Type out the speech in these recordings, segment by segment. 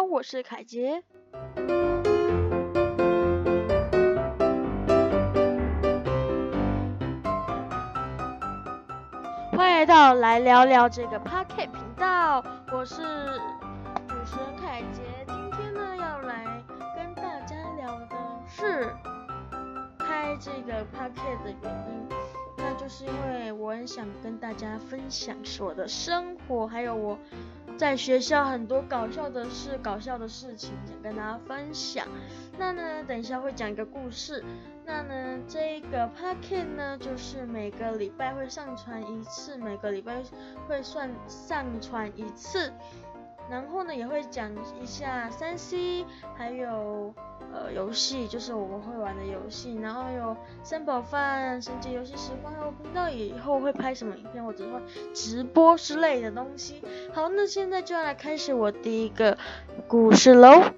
好，我是凯杰。欢迎来到来聊聊这个 Podcast 频道，我是主持人凯杰。今天呢，要来跟大家聊的是开这个 Podcast 的原因，那就是因为我很想跟大家分享我的生活，还有我在学校很多搞笑的事情，想跟大家分享。那呢，等一下会讲一个故事。那呢，这个 podcast 呢，就是每个礼拜会上传一次，每个礼拜会上传一次。然后呢，也会讲一下3C， 还有游戏，就是我们会玩的游戏。然后有三宝饭、神奇游戏实况，还有频道以后会拍什么影片，或者会直播之类的东西。好，那现在就要来开始我第一个故事喽。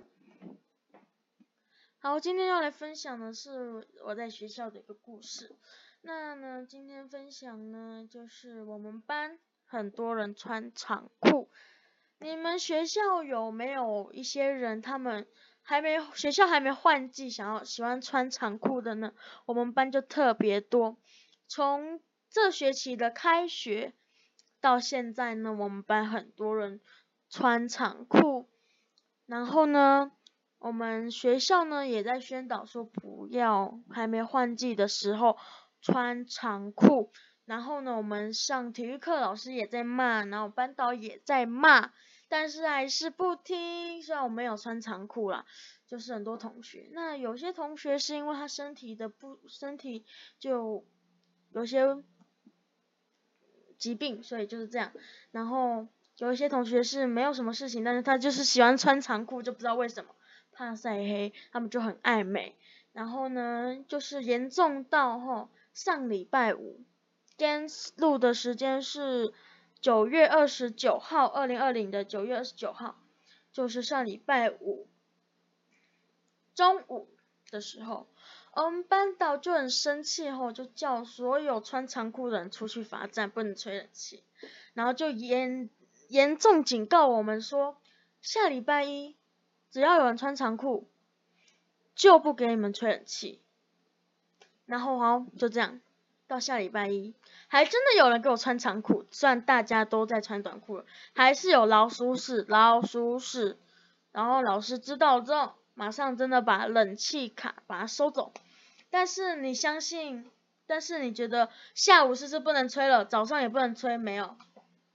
好，今天要来分享的是我在学校的一个故事。那呢，今天分享呢，就是我们班很多人穿长裤。你们学校有没有一些人，他们学校还没换季，喜欢穿长裤的呢？我们班就特别多。从这学期的开学到现在呢，我们班很多人穿长裤。然后呢，我们学校呢也在宣导说不要还没换季的时候穿长裤。然后呢，我们上体育课老师也在骂，然后班导也在骂，但是还是不听。虽然我没有穿长裤啦，就是很多同学。那有些同学是因为他身体就有些疾病，所以就是这样。然后有一些同学是没有什么事情，但是他就是喜欢穿长裤，就不知道为什么，怕晒黑，他们就很爱美。然后呢，就是严重到上礼拜五，今天录的时间是9月29号，2020的9月29号，就是上礼拜五中午的时候，我们班导就很生气就叫所有穿长裤的人出去罚站，不能吹冷气。然后就严重警告我们说，下礼拜一只要有人穿长裤，就不给你们吹冷气。然后好，就这样，到下礼拜一，还真的有人给我穿长裤，虽然大家都在穿短裤了，还是有老鼠屎。然后老师知道之后，马上真的把冷气卡把它收走。但是你觉得下午是不是不能吹了，早上也不能吹？没有。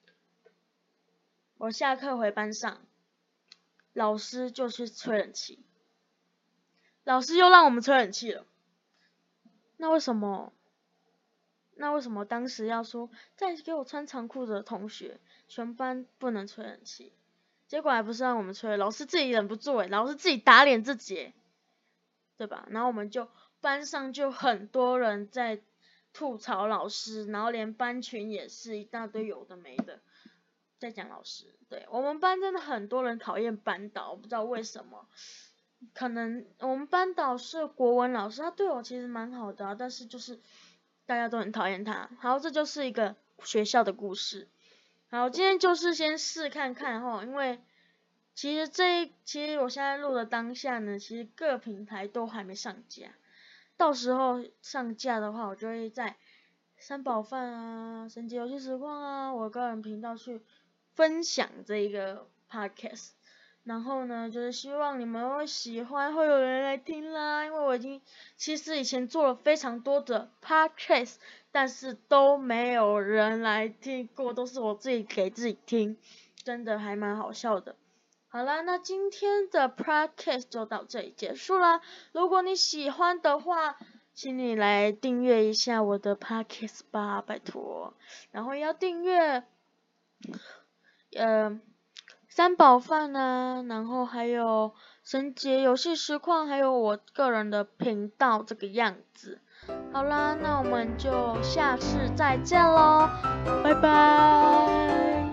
我下课回班上，老师就去吹冷气，老师又让我们吹冷气了。那为什么当时要说再给我穿长裤的同学全班不能吹冷气？结果还不是让我们吹，老师自己忍不住老师自己打脸自己对吧？然后我们就班上就很多人在吐槽老师，然后连班群也是一大堆有的没的在讲老师。对，我们班真的很多人讨厌班导，我不知道为什么。可能我们班导是国文老师，他对我其实蛮好的但是就是大家都很讨厌他。好，这就是一个学校的故事。好，今天就是先试看看因为其实我现在录的当下呢，其实各平台都还没上架。到时候上架的话，我就会在三宝饭啊、神奇游戏实况啊，我个人频道去分享这一个 podcast。然后呢，就是希望你们会喜欢，会有人来听啦。因为我其实以前做了非常多的 podcast， 但是都没有人来听过，都是我自己给自己听，真的还蛮好笑的。好啦，那今天的 podcast 就到这里结束啦。如果你喜欢的话，请你来订阅一下我的 podcast 吧，拜托。然后要订阅三宝饭啊，然后还有神奇游戏实况，还有我个人的频道这个样子。好啦，那我们就下次再见咯，拜拜。